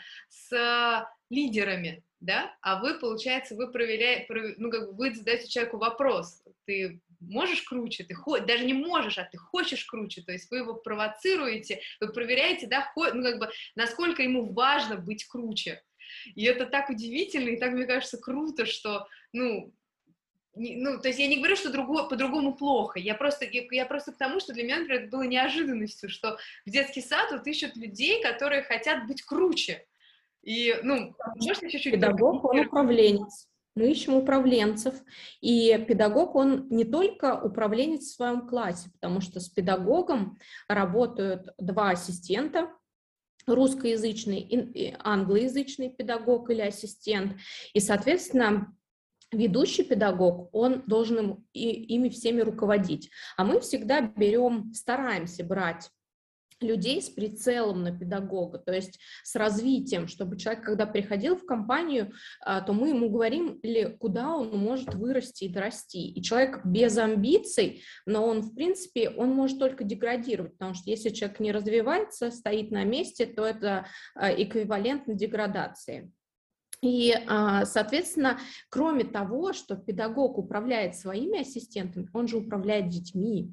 с лидерами, да, а вы, получается, вы проверяете, ну, как бы вы задаете человеку вопрос, ты можешь круче, ты хо... даже не можешь, а ты хочешь круче, то есть вы его провоцируете, вы проверяете, да, хо... ну, как бы, насколько ему важно быть круче, и это так удивительно, и так, мне кажется, круто, что, ну, не, ну, то есть я не говорю, что другое, по-другому плохо, я просто, я, я просто к тому, что для меня, например, это было неожиданностью, что в детский сад вот ищут людей, которые хотят быть круче, и, ну, можете чуть-чуть... Педагог, он управленец. Мы ищем управленцев, и педагог, он не только управленец в своем классе, потому что с педагогом работают два ассистента, русскоязычный и англоязычный педагог или ассистент, и, соответственно, ведущий педагог, он должен им, и, ими всеми руководить. А мы всегда берем, стараемся брать людей с прицелом на педагога, то есть с развитием, чтобы человек, когда приходил в компанию, то мы ему говорим, куда он может вырасти и дорасти. И человек без амбиций, но он, в принципе, он может только деградировать, потому что если человек не развивается, стоит на месте, то это эквивалентно деградации. И, соответственно, кроме того, что педагог управляет своими ассистентами, он же управляет детьми.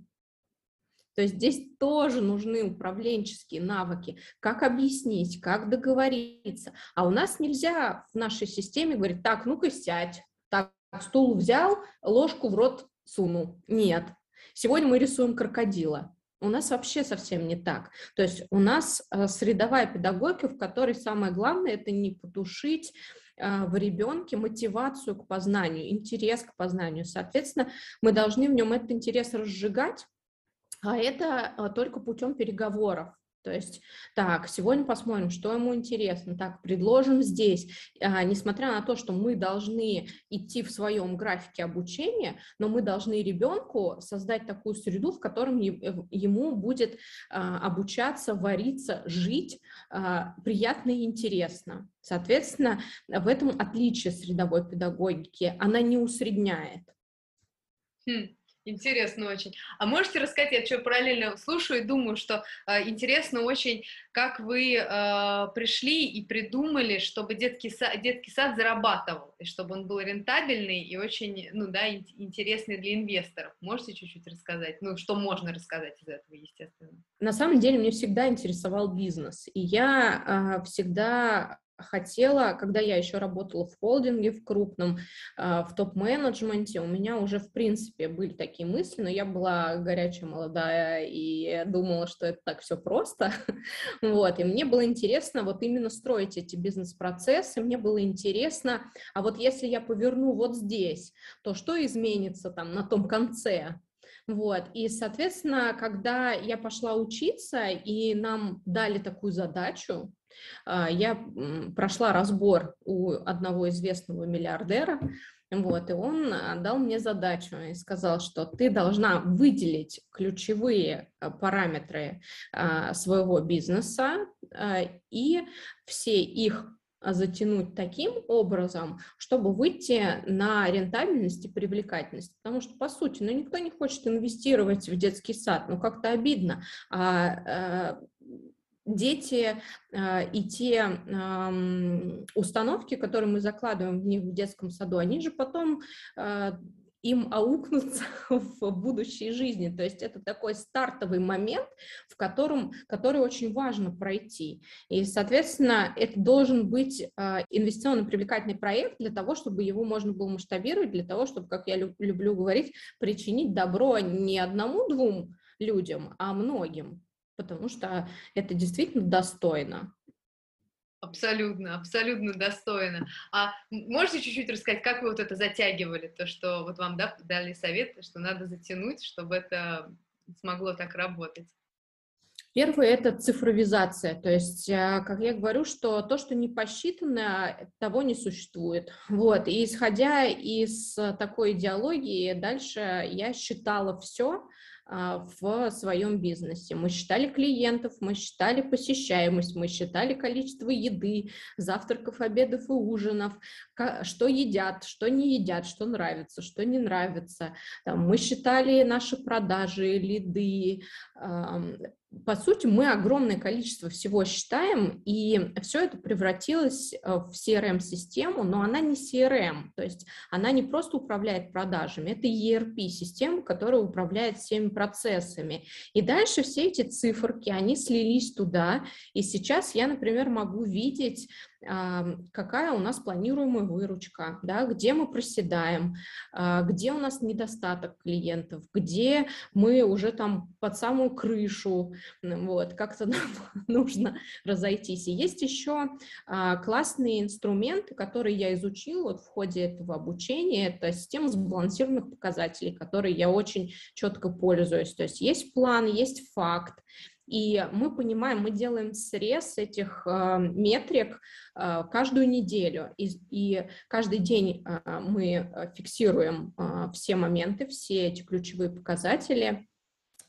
То есть здесь тоже нужны управленческие навыки, как объяснить, как договориться. А у нас нельзя в нашей системе говорить, так, ну-ка сядь, так, стул взял, ложку в рот сунул. Нет. Сегодня мы рисуем крокодила. У нас вообще совсем не так. То есть у нас средовая педагогика, в которой самое главное – это не потушить в ребенке мотивацию к познанию, интерес к познанию. Соответственно, мы должны в нем этот интерес разжигать, а это только путем переговоров. То есть, так, сегодня посмотрим, что ему интересно, так, предложим здесь. А, несмотря на то, что мы должны идти в своем графике обучения, но мы должны ребенку создать такую среду, в которой ему будет а, обучаться, вариться, жить а, приятно и интересно. Соответственно, в этом отличие средовой педагогики, она не усредняет. Хм. Интересно очень. А можете рассказать, я что параллельно слушаю и думаю, что э, интересно очень, как вы э, пришли и придумали, чтобы детский сад, детский сад зарабатывал, и чтобы он был рентабельный и очень, ну да, ин- интересный для инвесторов. Можете чуть-чуть рассказать? Ну, что можно рассказать из этого, естественно? На самом деле, меня всегда интересовал бизнес, и я э, всегда хотела, когда я еще работала в холдинге, в крупном, в топ-менеджменте, у меня уже, в принципе, были такие мысли, но я была горячая, молодая и думала, что это так все просто, вот, и мне было интересно вот именно строить эти бизнес-процессы, мне было интересно, а вот если я поверну вот здесь, то что изменится там на том конце? Вот, и, соответственно, когда я пошла учиться, и нам дали такую задачу, я прошла разбор у одного известного миллиардера, вот, и он дал мне задачу и сказал, что ты должна выделить ключевые параметры своего бизнеса и все их затянуть таким образом, чтобы выйти на рентабельность и привлекательность. Потому что, по сути, ну, никто не хочет инвестировать в детский сад, ну, как-то обидно. А, дети э, и те э, установки, которые мы закладываем в них в детском саду, они же потом э, им аукнутся в будущей жизни. То есть это такой стартовый момент, в котором, который очень важно пройти. И, соответственно, это должен быть э, инвестиционно привлекательный проект для того, чтобы его можно было масштабировать, для того, чтобы, как я люб, люблю говорить, причинить добро не одному-двум людям, а многим. Потому что это действительно достойно. Абсолютно, абсолютно достойно. А можете чуть-чуть рассказать, как вы вот это затягивали, то, что вот вам, да, дали совет, что надо затянуть, чтобы это смогло так работать? Первое – это цифровизация, то есть, как я говорю, что то, что не посчитано, того не существует. Вот, и исходя из такой идеологии, дальше я считала все в своем бизнесе. Мы считали клиентов, мы считали посещаемость, мы считали количество еды, завтраков, обедов и ужинов, что едят, что не едят, что нравится, что не нравится. Там, мы считали наши продажи, лиды. По сути, мы огромное количество всего считаем, и все это превратилось в си эр эм-систему, но она не си эр эм, то есть она не просто управляет продажами, это и эр пи-система, которая управляет всеми процессами. И дальше все эти циферки, они слились туда, и сейчас я, например, могу видеть, какая у нас планируемая выручка, да, где мы проседаем, где у нас недостаток клиентов, где мы уже там под самую крышу, вот, как-то нам нужно разойтись. И есть еще классные инструменты, которые я изучила вот в ходе этого обучения, это система сбалансированных показателей, которой я очень четко пользуюсь. То есть есть план, есть факт, и мы понимаем, мы делаем срез этих э, метрик э, каждую неделю, и, и каждый день э, мы фиксируем э, все моменты, все эти ключевые показатели,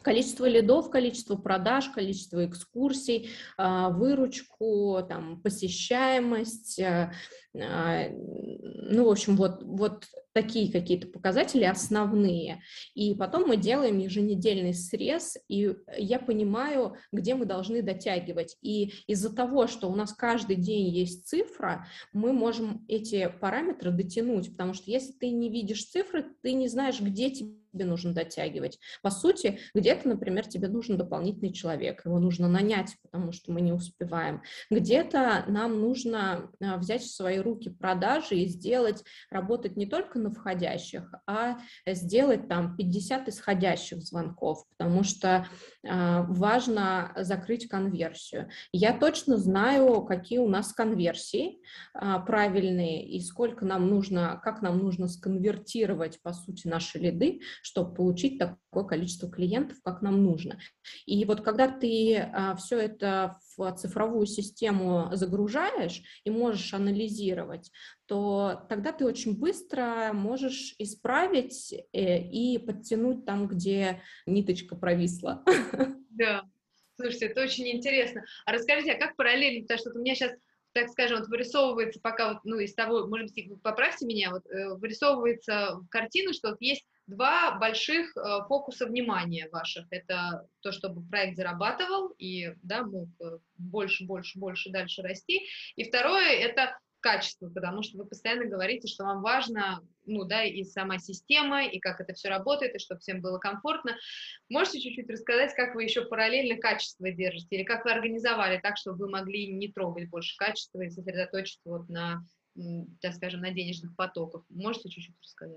Количество лидов, количество продаж, количество экскурсий, а, выручку, там, посещаемость, а, а, ну, в общем, вот, вот такие какие-то показатели основные. И потом мы делаем еженедельный срез, и я понимаю, где мы должны дотягивать. И из-за того, что у нас каждый день есть цифра, мы можем эти параметры дотянуть, потому что если ты не видишь цифры, ты не знаешь, где тебе нужно дотягивать. По сути, где-то, например, тебе нужен дополнительный человек, его нужно нанять, потому что мы не успеваем. Где-то нам нужно а, взять в свои руки продажи и сделать, работать не только на входящих, а сделать там пятьдесят исходящих звонков, потому что а, важно закрыть конверсию. Я точно знаю, какие у нас конверсии а, правильные и сколько нам нужно, как нам нужно сконвертировать, по сути, наши лиды, чтобы получить такое количество клиентов, как нам нужно. И вот когда ты а, все это в цифровую систему загружаешь и можешь анализировать, то тогда ты очень быстро можешь исправить э, и подтянуть там, где ниточка провисла. Да, слушайте, это очень интересно. А расскажите, а как параллельно, потому что вот у меня сейчас, так скажем, вот вырисовывается пока вот, ну, из того, может быть, вы поправьте меня, вот э, вырисовывается картина, что вот есть два больших э, фокуса внимания ваших. Это то, чтобы проект зарабатывал и, да, мог э, больше, больше, больше дальше расти. И второе — это качество, потому что вы постоянно говорите, что вам важно, ну, да, и сама система, и как это все работает, и чтобы всем было комфортно. Можете чуть-чуть рассказать, как вы еще параллельно качество держите, или как вы организовали так, чтобы вы могли не трогать больше качества и сосредоточиться вот на, м, так скажем, на денежных потоках? Можете чуть-чуть рассказать?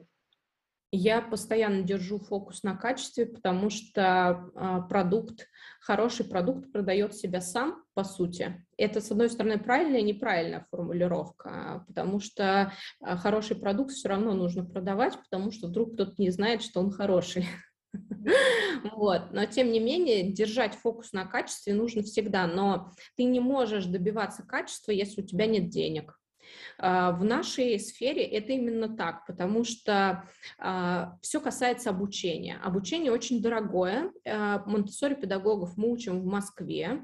Я постоянно держу фокус на качестве, потому что а, продукт, хороший продукт продает себя сам, по сути. Это, с одной стороны, правильная и неправильная формулировка, потому что а, хороший продукт все равно нужно продавать, потому что вдруг кто-то не знает, что он хороший. Вот. Но, тем не менее, держать фокус на качестве нужно всегда, но ты не можешь добиваться качества, если у тебя нет денег. А, В нашей сфере это именно так, потому что а, все касается обучения. Обучение очень дорогое. А, Монтессори-педагогов мы учим в Москве.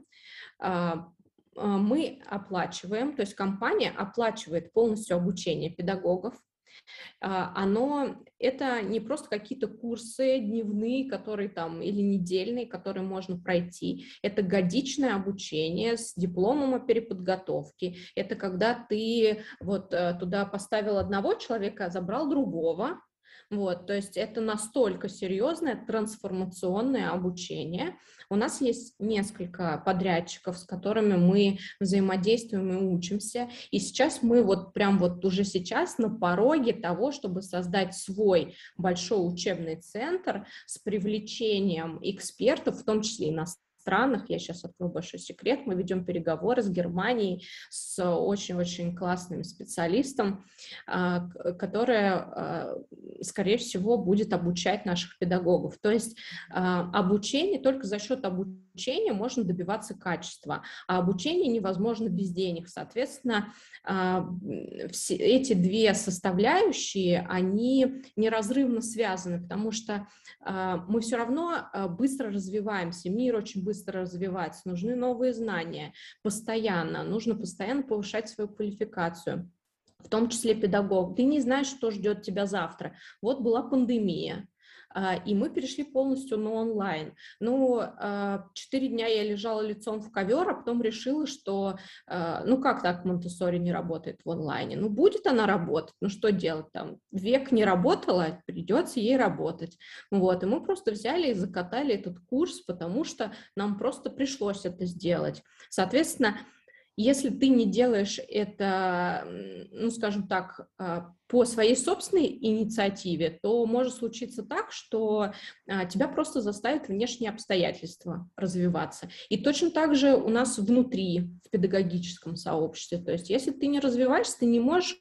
А, а, Мы оплачиваем, то есть компания оплачивает полностью обучение педагогов. А, Оно, это не просто какие-то курсы дневные, которые там, или недельные, которые можно пройти. Это годичное обучение с дипломом о переподготовке. Это когда ты вот э, туда поставил одного человека, а забрал другого. Вот, то есть это настолько серьезное трансформационное обучение. У нас есть несколько подрядчиков, с которыми мы взаимодействуем и учимся. И сейчас мы вот прям вот уже сейчас на пороге того, чтобы создать свой большой учебный центр с привлечением экспертов, в том числе иностранных, странах, я сейчас открою большой секрет, мы ведем переговоры с Германией, с очень-очень классным специалистом, а, которая, а, скорее всего, будет обучать наших педагогов. То есть а, обучение, только за счет обучения можно добиваться качества, а обучение невозможно без денег. Соответственно, а, все эти две составляющие, они неразрывно связаны, потому что а, мы все равно а, быстро развиваемся, мир очень быстро развивается, нужны новые знания постоянно, нужно постоянно повышать свою квалификацию, в том числе педагог. Ты не знаешь, что ждет тебя завтра. Вот была пандемия, а, и мы перешли полностью на онлайн. Ну, а, четыре дня я лежала лицом в ковер, а потом решила, что, а, ну, как так Монтессори не работает в онлайне? Ну, будет она работать, ну, что делать там? Век не работала, придется ей работать. Вот, и мы просто взяли и закатали этот курс, потому что нам просто пришлось это сделать. Соответственно, если ты не делаешь это, ну, скажем так, по своей собственной инициативе, то может случиться так, что тебя просто заставят внешние обстоятельства развиваться. И точно так же у нас внутри, в педагогическом сообществе. То есть если ты не развиваешься, ты не можешь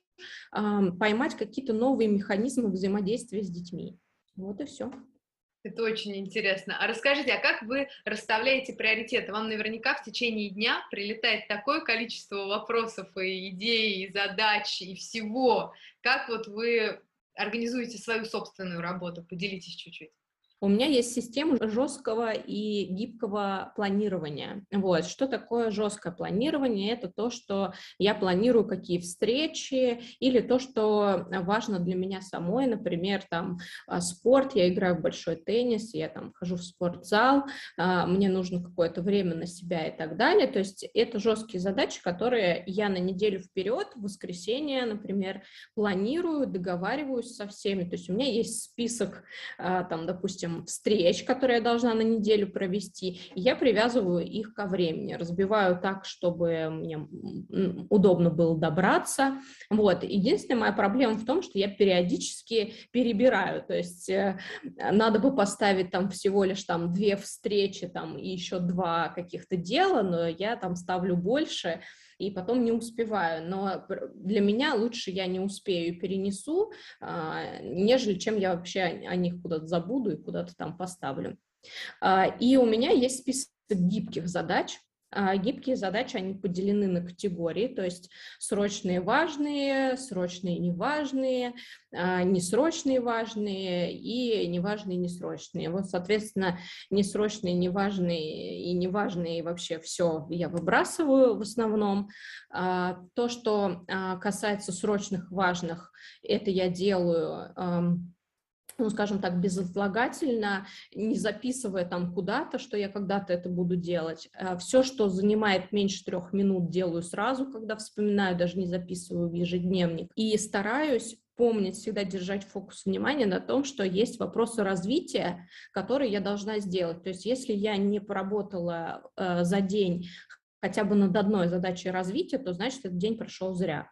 поймать какие-то новые механизмы взаимодействия с детьми. Вот и все. Это очень интересно. А расскажите, а как вы расставляете приоритеты? Вам наверняка в течение дня прилетает такое количество вопросов и идей, и задач, и всего. Как вот вы организуете свою собственную работу? Поделитесь чуть-чуть. У меня есть система жесткого и гибкого планирования. Вот. Что такое жесткое планирование? Это то, что я планирую, какие встречи, или то, что важно для меня самой, например, там, а, спорт, я играю в большой теннис, я там хожу в спортзал, а, мне нужно какое-то время на себя и так далее. То есть это жесткие задачи, которые я на неделю вперед, в воскресенье, например, планирую, договариваюсь со всеми. То есть у меня есть список, а, там, допустим, встреч, которые я должна на неделю провести, и я привязываю их ко времени, разбиваю так, чтобы мне м, удобно было добраться. Вот. Единственная моя проблема в том, что я периодически перебираю, то есть э, надо бы поставить там всего лишь там две встречи там и еще два каких-то дела, но я там ставлю больше, и потом не успеваю. Но для меня лучше я не успею и перенесу, а, нежели чем я вообще о них куда-то забуду и куда-то там поставлю. А, И у меня есть список гибких задач. А, Гибкие задачи, они поделены на категории, то есть срочные важные, срочные неважные, а, несрочные важные и неважные несрочные. Вот, соответственно, несрочные, неважные и неважные вообще все я выбрасываю в основном. А, То, что а, касается срочных, важных, это я делаю, ам, ну, скажем так, безотлагательно, не записывая там куда-то, что я когда-то это буду делать. Все, что занимает меньше трех минут, делаю сразу, когда вспоминаю, даже не записываю в ежедневник. И стараюсь помнить, всегда держать фокус внимания на том, что есть вопросы развития, которые я должна сделать. То есть если я не поработала э, за день хотя бы над одной задачей развития, то значит, этот день прошел зря.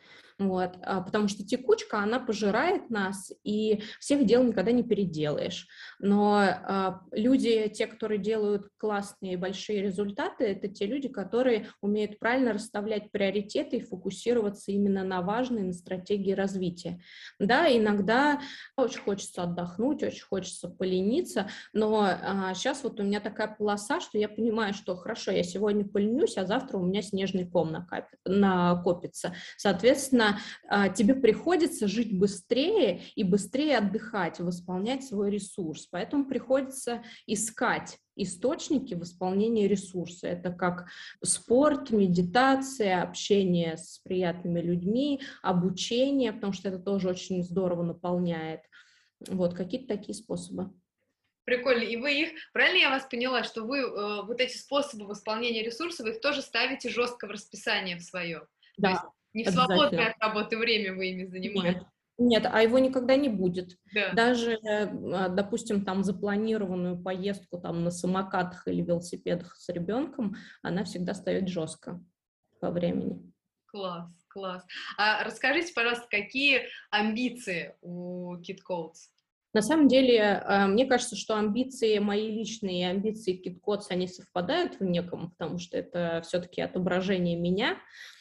Вот, а, потому что текучка, она пожирает нас, и всех дел никогда не переделаешь. Но а, люди, те, которые делают классные большие результаты, это те люди, которые умеют правильно расставлять приоритеты и фокусироваться именно на важной, на стратегии развития. Да, иногда очень хочется отдохнуть, очень хочется полениться, но а, сейчас вот у меня такая полоса, что я понимаю, что хорошо, я сегодня поленюсь, а завтра у меня снежный ком накапит, накопится. Соответственно, тебе приходится жить быстрее и быстрее отдыхать, восполнять свой ресурс. Поэтому приходится искать источники восполнения ресурса. Это как спорт, медитация, общение с приятными людьми, обучение, потому что это тоже очень здорово наполняет. Вот, какие-то такие способы. Прикольно. И вы их, правильно я вас поняла, что вы э, вот эти способы восполнения ресурсов, вы их тоже ставите жестко в расписание в свое? То есть Да, не в свободное обязательно. от работы время вы ими занимаетесь? Нет, нет, а его никогда не будет. Да. Даже, э, допустим, там запланированную поездку там на самокатах или велосипедах с ребенком, она всегда стоит жестко по времени. Класс, класс. А расскажите, пожалуйста, какие амбиции у Kid Codes? На самом деле, э, мне кажется, что амбиции мои личные и амбиции Kid Codes, они совпадают в неком, потому что это все-таки отображение меня.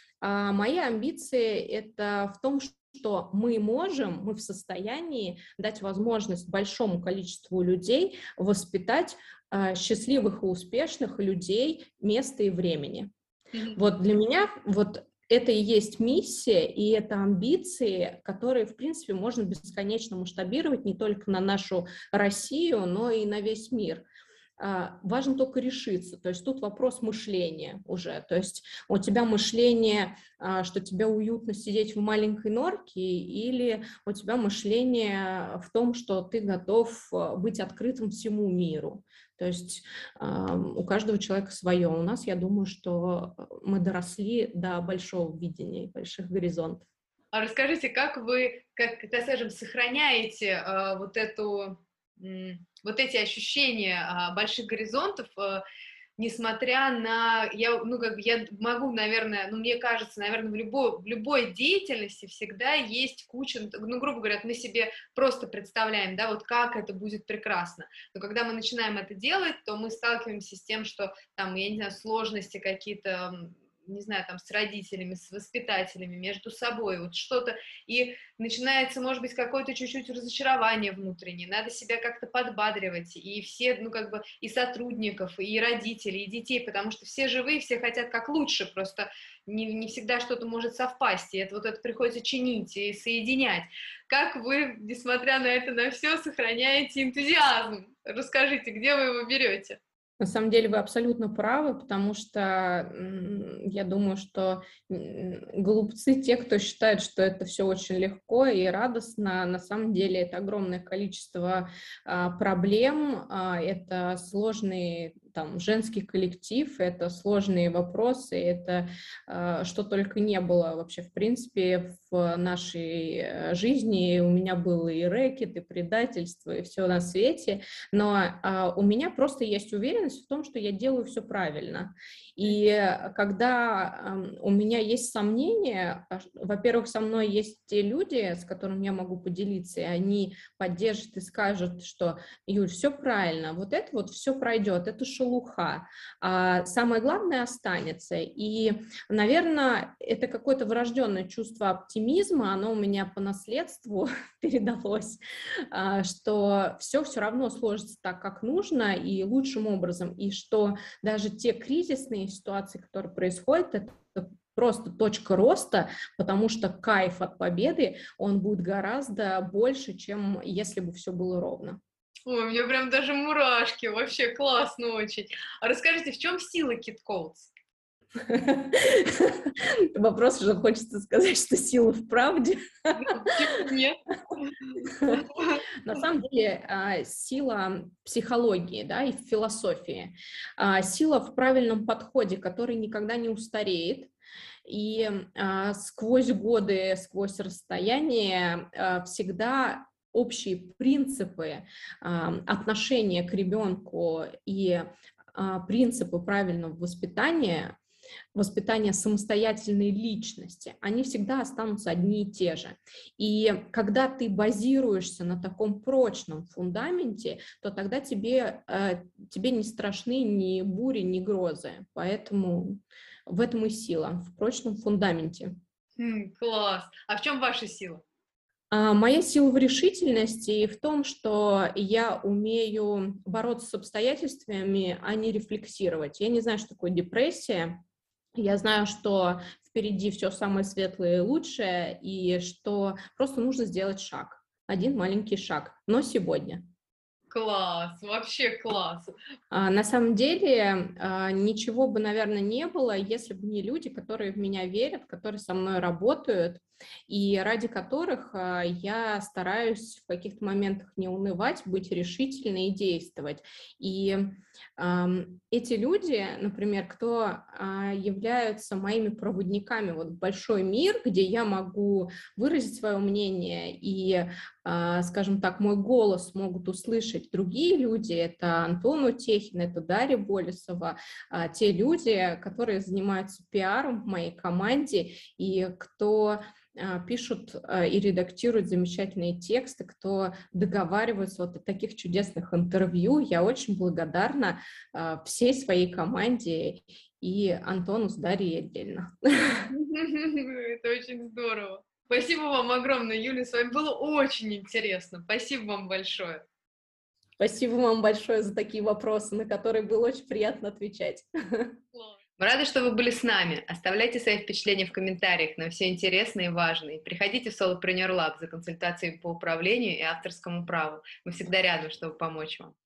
А мои амбиции — это в том, что мы можем, мы в состоянии дать возможность большому количеству людей воспитать а, счастливых и успешных людей места и времени. Мгм. Вот для меня вот это и есть миссия, и это амбиции, которые, в принципе, можно бесконечно масштабировать не только на нашу Россию, но и на весь мир. А, Важно только решиться. То есть тут вопрос мышления уже. То есть у тебя мышление, а, что тебе уютно сидеть в маленькой норке, или у тебя мышление в том, что ты готов а, быть открытым всему миру. То есть а, у каждого человека свое. У нас, я думаю, что мы доросли до большого видения, больших горизонтов. А расскажите, как вы, как, так скажем, сохраняете э, вот эту, м, вот эти ощущения э, больших горизонтов, э, несмотря на, я, ну, как бы я могу, наверное, ну, мне кажется, наверное, в любой, в любой деятельности всегда есть куча, ну, грубо говоря, мы себе просто представляем, да, вот как это будет прекрасно, но когда мы начинаем это делать, то мы сталкиваемся с тем, что там, я не знаю, сложности какие-то, не знаю, там, с родителями, с воспитателями, между собой, вот что-то, и начинается, может быть, какое-то чуть-чуть разочарование внутреннее, надо себя как-то подбадривать, и все, ну, как бы, и сотрудников, и родителей, и детей, потому что все живые, все хотят как лучше, просто не, не всегда что-то может совпасть, и это вот это приходится чинить и соединять. Как вы, несмотря на это, на все, сохраняете энтузиазм? Расскажите, где вы его берете? На самом деле вы абсолютно правы, потому что м, я думаю, что м, глупцы те, кто считает, что это все очень легко и радостно. На самом деле это огромное количество а, проблем, а, это сложный там женский коллектив, это сложные вопросы, это а, что только не было вообще в принципе в нашей э, жизни. У меня было и рэкет, и предательство, и все на свете. Но а, у меня просто есть уверенность в том, что я делаю все правильно. И э, когда ам, у меня есть сомнения, а, ш- во-первых, со мной есть те люди, с которыми я могу поделиться, и они поддержат и скажут, что Юль, все правильно, вот это вот все пройдет, это шелуха, а самое главное останется. И, наверное, это какое-то врожденное чувство оптимизма, оно у меня по наследству передалось, а, что все все равно сложится так, как нужно, и лучшим образом, и что даже те кризисные ситуации, которые происходят, это просто точка роста, потому что кайф от победы, он будет гораздо больше, чем если бы все было ровно. Ой, у меня прям даже мурашки, вообще классно очень. А расскажите, в чем сила Kit Coats? Вопрос уже хочется сказать, что сила в правде. Ну, почему нет? На самом деле а, сила психологии, да, и в философии, а, сила в правильном подходе, который никогда не устареет, и а, сквозь годы, сквозь расстояние а, всегда общие принципы а, отношения к ребенку и а, принципы правильного воспитания, воспитания самостоятельной личности, они всегда останутся одни и те же. И когда ты базируешься на таком прочном фундаменте, то тогда тебе, э, тебе не страшны ни бури, ни грозы. Поэтому в этом и сила, в прочном фундаменте. М, класс. А в чем ваша сила? А, Моя сила в решительности и в том, что я умею бороться с обстоятельствами, а не рефлексировать. Я не знаю, что такое депрессия. Я знаю, что впереди все самое светлое и лучшее, и что просто нужно сделать шаг, один маленький шаг, но сегодня. Класс, вообще класс. А, На самом деле а, ничего бы, наверное, не было, если бы не люди, которые в меня верят, которые со мной работают, и ради которых а, я стараюсь в каких-то моментах не унывать, быть решительной и действовать. И ам, эти люди, например, кто а, являются моими проводниками вот в большой мир, где я могу выразить свое мнение и, а, скажем так, мой голос могут услышать другие люди, это Антон Утехин, это Дарья Болесова, а, те люди, которые занимаются пиаром в моей команде и кто а, пишут а, и редактируют замечательные тексты, кто договаривается вот о таких чудесных интервью. Я очень благодарна а, всей своей команде и Антону с Дарьей отдельно. Это очень здорово. Спасибо вам огромное, Юля, с вами было очень интересно. Спасибо вам большое. Спасибо вам большое за такие вопросы, на которые было очень приятно отвечать. Мы рады, что вы были с нами. Оставляйте свои впечатления в комментариях, нам все интересно и важно. И приходите в Solopreneur Lab за консультациями по управлению и авторскому праву. Мы всегда рядом, чтобы помочь вам.